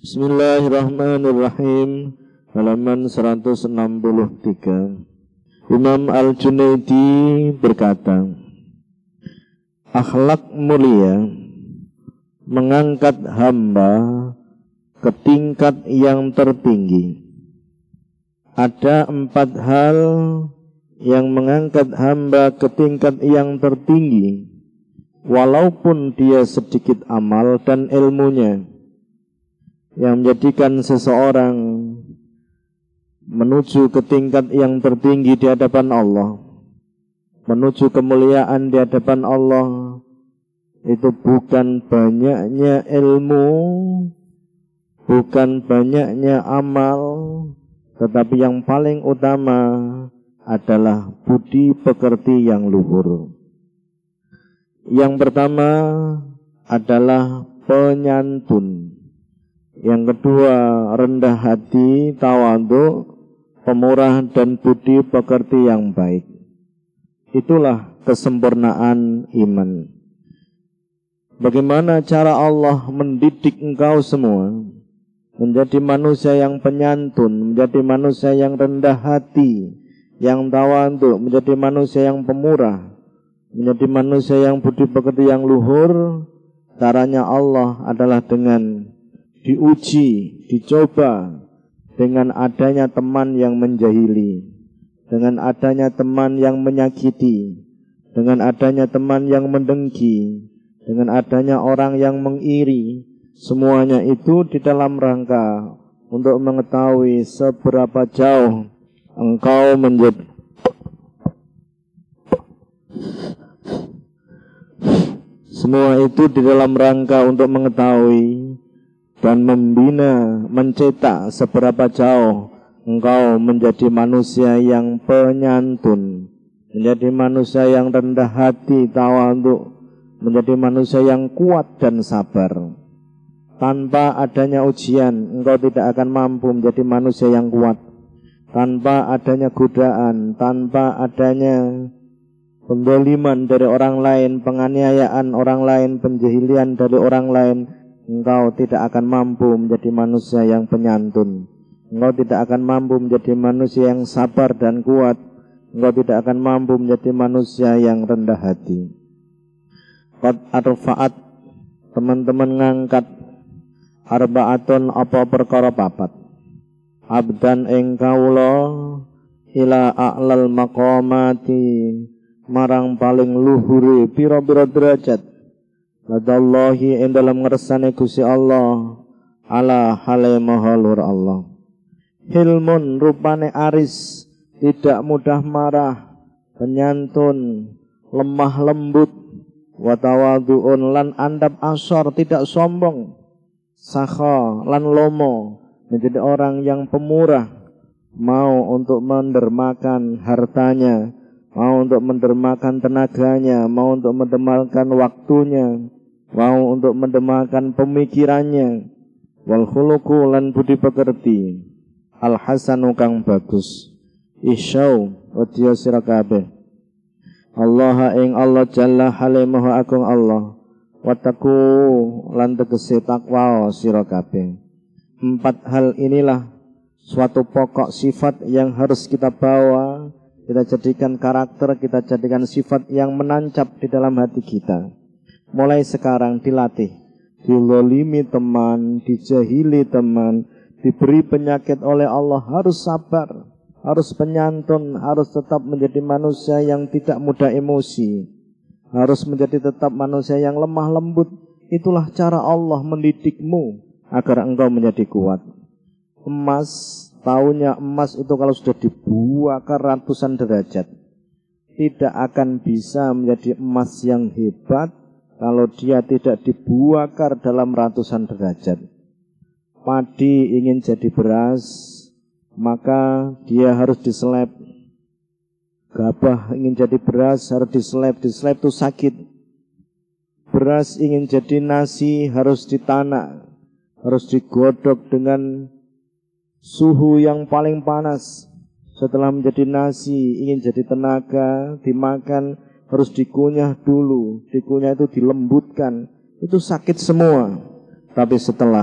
Bismillahirrahmanirrahim. Halaman 163. Imam Al-Junaidi berkata, akhlak mulia mengangkat hamba ke tingkat yang tertinggi. Ada 4 hal yang mengangkat hamba ke tingkat yang tertinggi, walaupun dia sedikit amal dan ilmunya, yang menjadikan seseorang menuju ke tingkat yang tertinggi di hadapan Allah, menuju kemuliaan di hadapan Allah. Itu bukan banyaknya ilmu, bukan banyaknya amal, tetapi yang paling utama adalah budi pekerti yang luhur. Yang pertama adalah penyantun. Yang kedua, rendah hati, tawadhu, pemurah dan budi pekerti yang baik. Itulah kesempurnaan iman. Bagaimana cara Allah mendidik engkau semua menjadi manusia yang penyantun, menjadi manusia yang rendah hati, yang tawadhu, menjadi manusia yang pemurah, menjadi manusia yang budi pekerti yang luhur? Caranya Allah adalah dengan diuji, dicoba dengan adanya teman yang menjahili, dengan adanya teman yang menyakiti, dengan adanya teman yang mendengki, dengan adanya orang yang mengiri. Semuanya itu di dalam rangka untuk mengetahui seberapa jauh engkau menjadi semua itu di dalam rangka untuk mengetahui dan membina, mencetak seberapa jauh engkau menjadi manusia yang penyantun, menjadi manusia yang rendah hati, tawadhu, menjadi manusia yang kuat dan sabar. Tanpa adanya ujian, engkau tidak akan mampu menjadi manusia yang kuat. Tanpa adanya godaan, tanpa adanya pendzaliman dari orang lain, penganiayaan orang lain, penjahilian dari orang lain, engkau tidak akan mampu menjadi manusia yang penyantun. Engkau tidak akan mampu menjadi manusia yang sabar dan kuat. Engkau tidak akan mampu menjadi manusia yang rendah hati. Qad arfa'at, teman-teman ngangkat, arba'atun apa perkara 4, abdan ing kawula ila a'lal maqamati, marang paling luhure pira-pira derajat, ladallahi ing dalam ngersane Gusti Allah, ala hale maha luhur Allah. Hilmun rupane aris, tidak mudah marah, penyantun, lemah lembut, wa tawadhu'un lan andap asor, tidak sombong, sakha lan lomo, menjadi orang yang pemurah, mau untuk mendermakan hartanya, mau untuk mendermakan tenaganya, mau untuk mendermakan waktunya, mau untuk mendermakan pemikirannya. Wal khuluqu lan budi pekerti, al hasanu kang bagus, isyau wedya sira kabeh, Allah ing Allah jalla halimahu agung Allah, wataku lan tegese takwa sira kabeh. 4 hal inilah suatu pokok sifat yang harus kita bawa, kita jadikan karakter, kita jadikan sifat yang menancap di dalam hati kita. Mulai sekarang dilatih, dilolimi teman, dijahili teman, diberi penyakit oleh Allah, harus sabar, harus penyantun, harus tetap menjadi manusia yang tidak mudah emosi, harus menjadi tetap manusia yang lemah lembut. Itulah cara Allah mendidikmu agar engkau menjadi kuat. Emas, tahunya emas itu kalau sudah dibakar ratusan derajat, tidak akan bisa menjadi emas yang hebat kalau dia tidak dibakar dalam ratusan derajat. Padi ingin jadi beras, maka dia harus diseleb. Gabah ingin jadi beras harus diseleb itu sakit. Beras ingin jadi nasi harus ditanak, harus digodok dengan suhu yang paling panas. Setelah menjadi nasi, ingin jadi tenaga, dimakan, harus dikunyah dulu. Dikunyah itu dilembutkan, itu sakit semua. Tapi setelah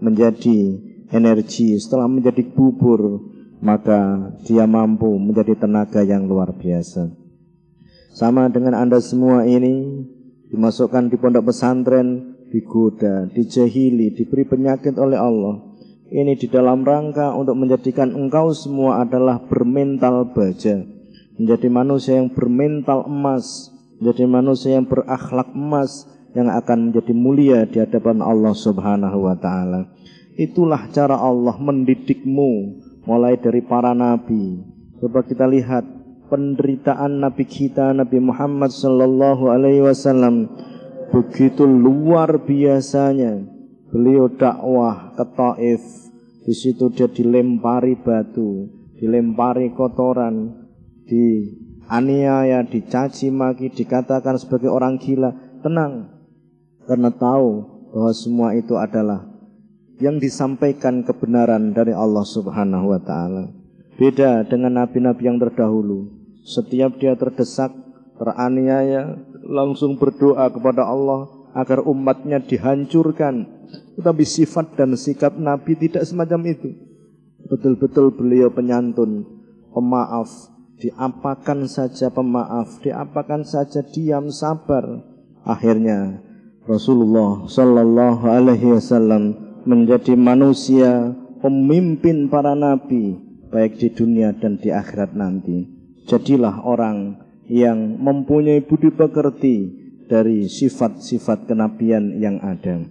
menjadi energi, setelah menjadi bubur, maka dia mampu menjadi tenaga yang luar biasa. Sama dengan Anda semua ini, dimasukkan di pondok pesantren, digoda, dijahili, diberi penyakit oleh Allah. Ini di dalam rangka untuk menjadikan engkau semua adalah bermental baja, menjadi manusia yang bermental emas, menjadi manusia yang berakhlak emas, yang akan menjadi mulia di hadapan Allah Subhanahu wa ta'ala. Itulah cara Allah mendidikmu mulai dari para nabi. Coba kita lihat penderitaan Nabi kita, Nabi Muhammad sallallahu alaihi wasallam, begitu luar biasanya. Beliau dakwah ke Taif. Di situ dia dilempari batu, dilempari kotoran, dianiaya, dicaci maki, dikatakan sebagai orang gila. Tenang, karena tahu bahwa semua itu adalah yang disampaikan kebenaran dari Allah Subhanahu wa ta'ala. Beda dengan nabi-nabi yang terdahulu. Setiap dia terdesak, teraniaya, langsung berdoa kepada Allah agar umatnya dihancurkan. Tetapi sifat dan sikap Nabi tidak semacam itu. Betul-betul beliau penyantun, pemaaf, diapakan saja pemaaf, diapakan saja diam, sabar. Akhirnya Rasulullah sallallahu alaihi wasallam menjadi manusia pemimpin para nabi, baik di dunia dan di akhirat nanti. Jadilah orang yang mempunyai budi pekerti dari sifat-sifat kenabian yang ada.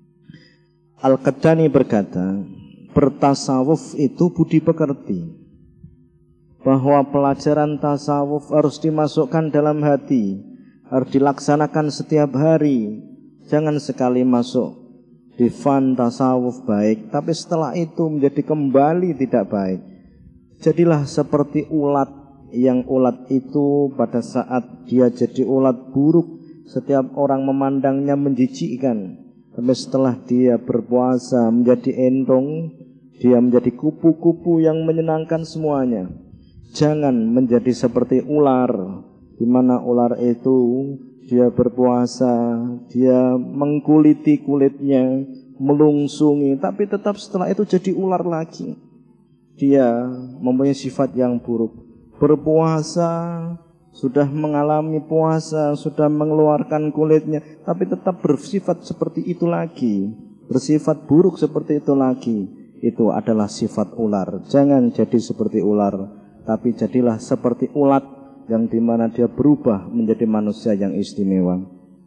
Al-Qahtani berkata, bertasawuf itu budi pekerti, bahwa pelajaran tasawuf harus dimasukkan dalam hati, harus dilaksanakan setiap hari. Jangan sekali masuk di fun tasawuf baik, tapi setelah itu menjadi kembali tidak baik. Jadilah seperti ulat, yang ulat itu pada saat dia jadi ulat buruk, setiap orang memandangnya menjijikkan. Tapi setelah dia berpuasa menjadi entong, dia menjadi kupu-kupu yang menyenangkan semuanya. Jangan menjadi seperti ular, di mana ular itu dia berpuasa, dia mengkuliti kulitnya, melungsungi, tapi tetap setelah itu jadi ular lagi. Dia mempunyai sifat yang buruk. Berpuasa, sudah mengalami puasa, sudah mengeluarkan kulitnya, tapi tetap bersifat seperti itu lagi, bersifat buruk seperti itu lagi. Itu adalah sifat ular. Jangan jadi seperti ular, tapi jadilah seperti ulat, yang dimana dia berubah menjadi manusia yang istimewa.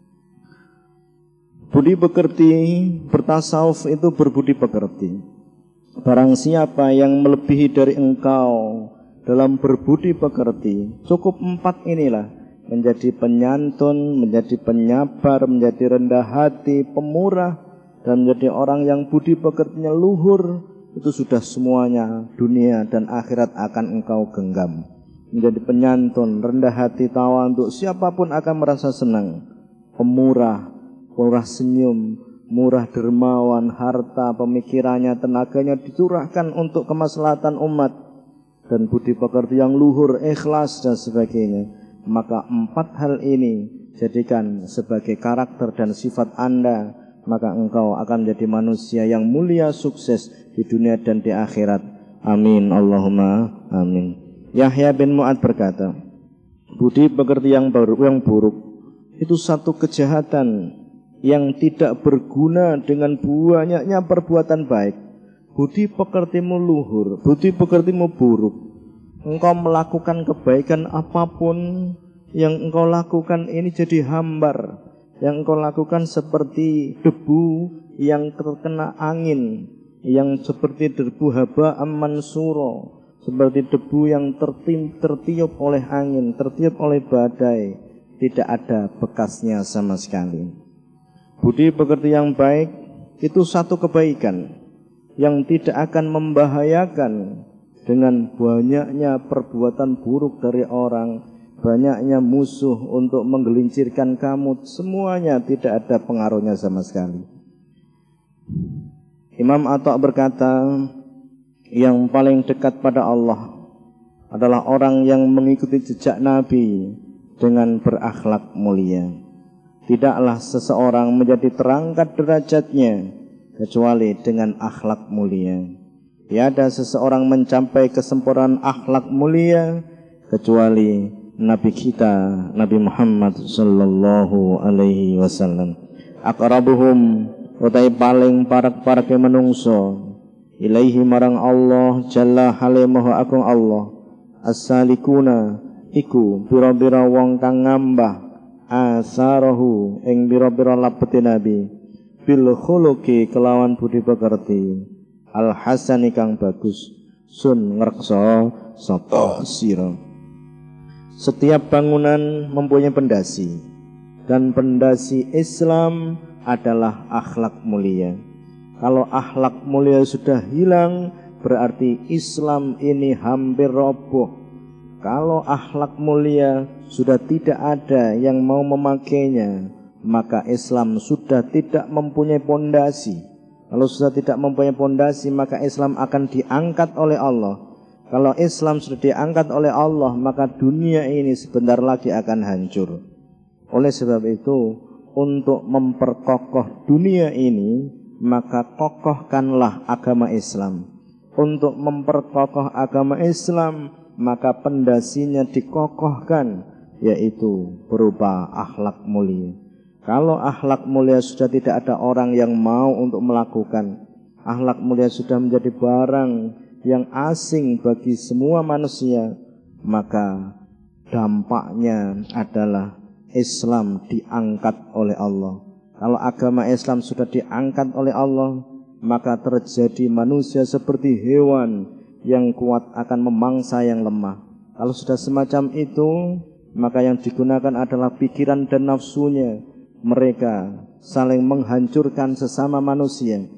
Budi pekerti, bertasawuf itu berbudi pekerti. Barang siapa yang melebihi dari engkau dalam berbudi pekerti, cukup 4 inilah: menjadi penyantun, menjadi penyabar, menjadi rendah hati, pemurah, dan menjadi orang yang budi pekertinya luhur. Itu sudah semuanya, dunia dan akhirat akan engkau genggam. Menjadi penyantun, rendah hati, tawadhu, siapapun akan merasa senang. Pemurah, murah senyum, murah dermawan, harta, pemikirannya, tenaganya dicurahkan untuk kemaslahatan umat, dan budi pekerti yang luhur, ikhlas dan sebagainya. Maka 4 hal ini jadikan sebagai karakter dan sifat Anda, maka engkau akan menjadi manusia yang mulia, sukses di dunia dan di akhirat. Amin, Allahumma amin. Yahya bin Mu'ad berkata, budi pekerti yang buruk itu satu kejahatan yang tidak berguna dengan banyaknya perbuatan baik. Budi pekertimu luhur, budi pekertimu buruk, engkau melakukan kebaikan apapun yang engkau lakukan ini jadi hambar. Yang engkau lakukan seperti debu yang terkena angin, yang seperti debu haba'an mansura, seperti debu yang tertiup oleh angin, tertiup oleh badai, tidak ada bekasnya sama sekali. Budi pekerti yang baik itu satu kebaikan yang tidak akan membahayakan dengan banyaknya perbuatan buruk dari orang, banyaknya musuh untuk menggelincirkan kamu, semuanya tidak ada pengaruhnya sama sekali. Imam Atha berkata, yang paling dekat pada Allah adalah orang yang mengikuti jejak Nabi dengan berakhlak mulia. Tidaklah seseorang menjadi terangkat derajatnya kecuali dengan akhlak mulia. Tiada seseorang mencapai kesempurnaan akhlak mulia kecuali Nabi kita, Nabi Muhammad sallallahu alaihi wasallam. Aqrabuhum utai paling parak-parake menungso ilaihi marang Allah jalla halimahu agung Allah. As-salikuna iku bira-bira wong kang ngambah asarahu ing bira-bira labete Nabi bil khuluqi kelawan budi pekerti al hasani kang bagus sun ngreksa sapa sira. Setiap bangunan mempunyai pondasi dan pondasi Islam adalah akhlak mulia. Kalau akhlak mulia sudah hilang berarti Islam ini hampir roboh. Kalau akhlak mulia sudah tidak ada yang mau memakainya, maka Islam sudah tidak mempunyai pondasi. Kalau sudah tidak mempunyai pondasi, maka Islam akan diangkat oleh Allah. Kalau Islam sudah diangkat oleh Allah, maka dunia ini sebentar lagi akan hancur. Oleh sebab itu, untuk memperkokoh dunia ini, maka kokohkanlah agama Islam. Untuk memperkokoh agama Islam, maka pondasinya dikokohkan, yaitu berupa akhlak mulia. Kalau akhlak mulia sudah tidak ada orang yang mau untuk melakukan, akhlak mulia sudah menjadi barang yang asing bagi semua manusia, maka dampaknya adalah Islam diangkat oleh Allah. Kalau agama Islam sudah diangkat oleh Allah, maka terjadi manusia seperti hewan yang kuat akan memangsa yang lemah. Kalau sudah semacam itu, maka yang digunakan adalah pikiran dan nafsunya. Mereka saling menghancurkan sesama manusia.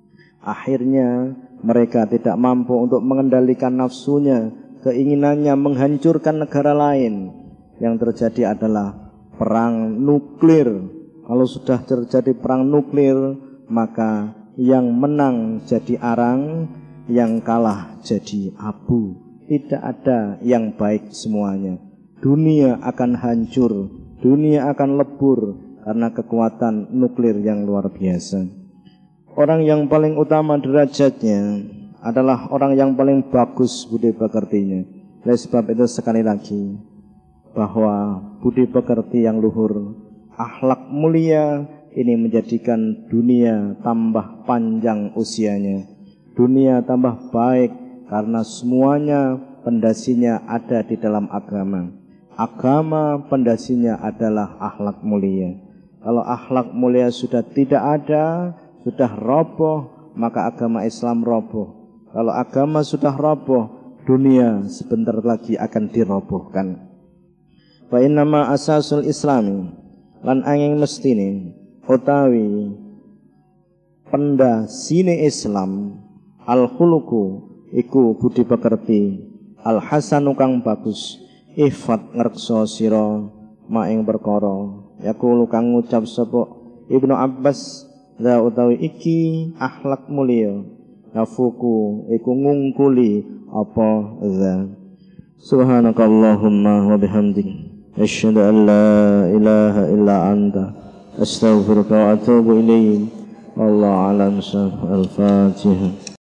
Akhirnya mereka tidak mampu untuk mengendalikan nafsunya, keinginannya menghancurkan negara lain. Yang terjadi adalah perang nuklir. Kalau sudah terjadi perang nuklir, maka yang menang jadi arang, yang kalah jadi abu. Tidak ada yang baik semuanya. Dunia akan hancur, dunia akan lebur karena kekuatan nuklir yang luar biasa. Orang yang paling utama derajatnya adalah orang yang paling bagus budi pekertinya. Oleh sebab itu sekali lagi, bahwa budi pekerti yang luhur, akhlak mulia ini menjadikan dunia tambah panjang usianya. Dunia tambah baik karena semuanya pondasinya ada di dalam agama. Agama pondasinya adalah akhlak mulia. Kalau akhlak mulia sudah tidak ada, sudah roboh, maka agama Islam roboh. Kalau agama sudah roboh, dunia sebentar lagi akan dirobohkan. Wa innama asasul islami lan angin mestine utawi pendasine Islam al khuluqu iku budi pekerti al hasanu kang bagus ifat ngrekso sira maing perkara yaqulu kang ngucap sapa Ibnu Abbas za utawi iki akhlak mulia nafuku iku ngungkuli apa za. Subhanakallahumma wa bihamdik asyhadu an la ilaha illa anta astaghfiruka wa atubu ilaik. Wallahu a'lam. Al-Fatihah.